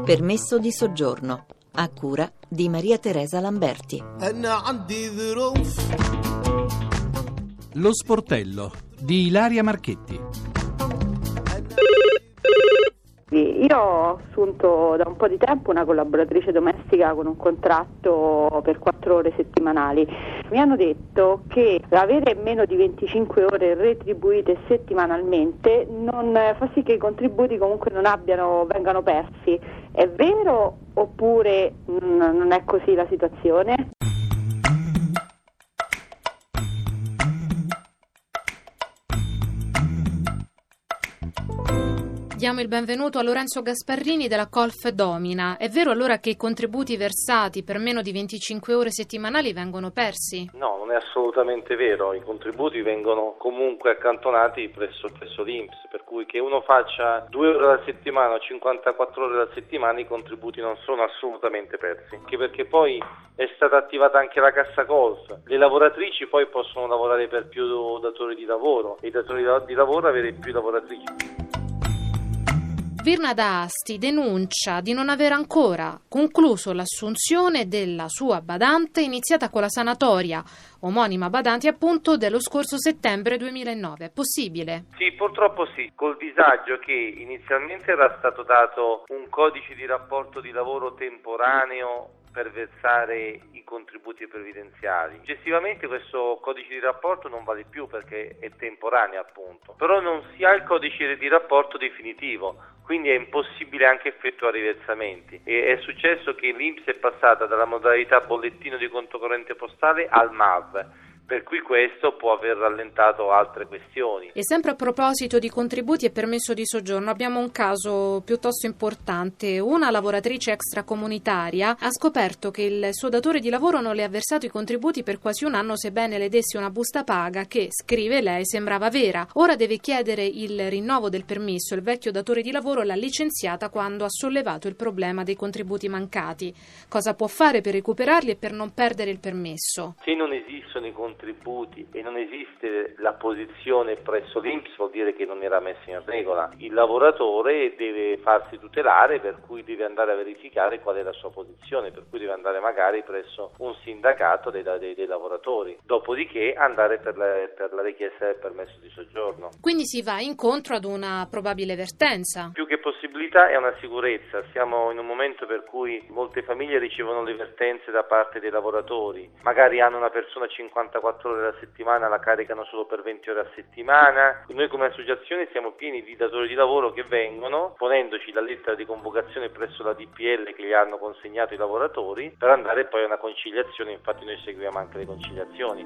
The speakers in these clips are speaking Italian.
Permesso di soggiorno, a cura di Maria Teresa Lamberti. Lo sportello di Ilaria Marchetti. Io ho assunto da un po' di tempo una collaboratrice domestica con un contratto per 4 ore settimanali. Mi hanno detto che avere meno di 25 ore retribuite settimanalmente non fa sì che i contributi comunque vengano persi. È vero oppure non è così la situazione? Diamo il benvenuto a Lorenzo Gasparrini della Colf Domina. È vero allora che i contributi versati per meno di 25 ore settimanali vengono persi? No, non è assolutamente vero. I contributi vengono comunque accantonati presso l'INPS, per cui che uno faccia 2 ore alla settimana o 54 ore alla settimana, i contributi non sono assolutamente persi. Anche perché poi è stata attivata anche la Cassa Colf. Le lavoratrici poi possono lavorare per più datori di lavoro e i datori di lavoro avere più lavoratrici. Virna da Asti denuncia di non aver ancora concluso l'assunzione della sua badante iniziata con la sanatoria, omonima badante appunto, dello scorso settembre 2009. È possibile? Sì, purtroppo sì, col disagio che inizialmente era stato dato un codice di rapporto di lavoro temporaneo per versare i contributi previdenziali. Successivamente questo codice di rapporto non vale più perché è temporaneo appunto, però non si ha il codice di rapporto definitivo, quindi è impossibile anche effettuare i versamenti. E è successo che l'INPS è passata dalla modalità bollettino di conto corrente postale al MAV, per cui questo può aver rallentato altre questioni. E sempre a proposito di contributi e permesso di soggiorno, abbiamo un caso piuttosto importante. Una lavoratrice extracomunitaria ha scoperto che il suo datore di lavoro non le ha versato i contributi per quasi un anno, sebbene le desse una busta paga che, scrive lei, sembrava vera. Ora deve chiedere il rinnovo del permesso. Il vecchio datore di lavoro l'ha licenziata quando ha sollevato il problema dei contributi mancati. Cosa può fare per recuperarli e per non perdere il permesso? Se non esistono i contributi e non esiste la posizione presso l'INPS, vuol dire che non era messa in regola. Il lavoratore deve farsi tutelare, per cui deve andare a verificare qual è la sua posizione, per cui deve andare magari presso un sindacato dei lavoratori, dopodiché andare per la richiesta del permesso di soggiorno. Quindi si va incontro ad una probabile vertenza. Più che possibilità è una sicurezza. Siamo in un momento per cui molte famiglie ricevono le vertenze da parte dei lavoratori, magari hanno una persona 54 ore alla settimana, la caricano solo per 20 ore a settimana. Noi come associazione siamo pieni di datori di lavoro che vengono ponendoci la lettera di convocazione presso la DPL che gli hanno consegnato i lavoratori per andare poi a una conciliazione. Infatti noi seguiamo anche le conciliazioni.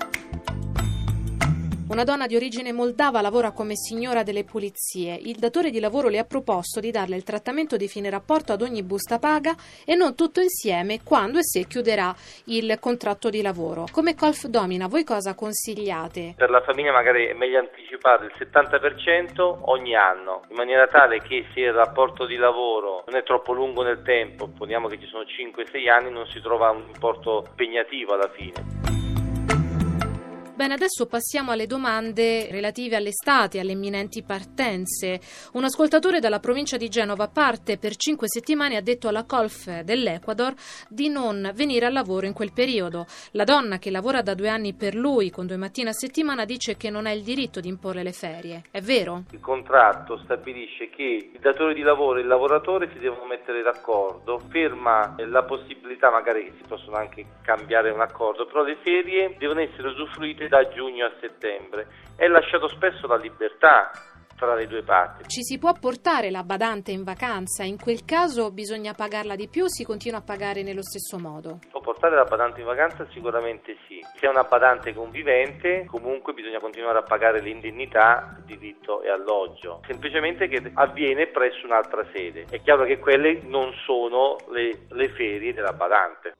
Una donna di origine moldava lavora come signora delle pulizie. Il datore di lavoro le ha proposto di darle il trattamento di fine rapporto ad ogni busta paga e non tutto insieme quando e se chiuderà il contratto di lavoro. Come Colf Domina, voi cosa consigliate? Per la famiglia magari è meglio anticipare il 70% ogni anno, in maniera tale che se il rapporto di lavoro non è troppo lungo nel tempo, poniamo che ci sono 5-6 anni, non si trova un importo impegnativo alla fine. Bene, adesso passiamo alle domande relative all'estate, alle imminenti partenze. Un ascoltatore dalla provincia di Genova parte per 5 settimane e ha detto alla Colf dell'Ecuador di non venire al lavoro in quel periodo. La donna, che lavora da 2 anni per lui con 2 mattine a settimana, dice che non ha il diritto di imporre le ferie. È vero? Il contratto stabilisce che il datore di lavoro e il lavoratore si devono mettere d'accordo, ferma la possibilità magari che si possono anche cambiare un accordo, però le ferie devono essere usufruite da giugno a settembre. È lasciato spesso la libertà tra le due parti. Ci si può portare la badante in vacanza? In quel caso bisogna pagarla di più o si continua a pagare nello stesso modo? Può portare la badante in vacanza? Sicuramente sì. Se è una badante convivente, comunque bisogna continuare a pagare l'indennità di vitto e alloggio, semplicemente che avviene presso un'altra sede. È chiaro che quelle non sono le ferie della badante.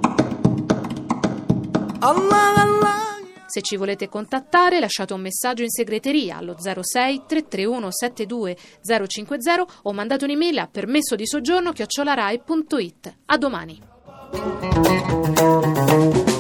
Se ci volete contattare, lasciate un messaggio in segreteria allo 06 331 72 050 o mandate un'email a permessodisoggiorno@rai.it. A domani.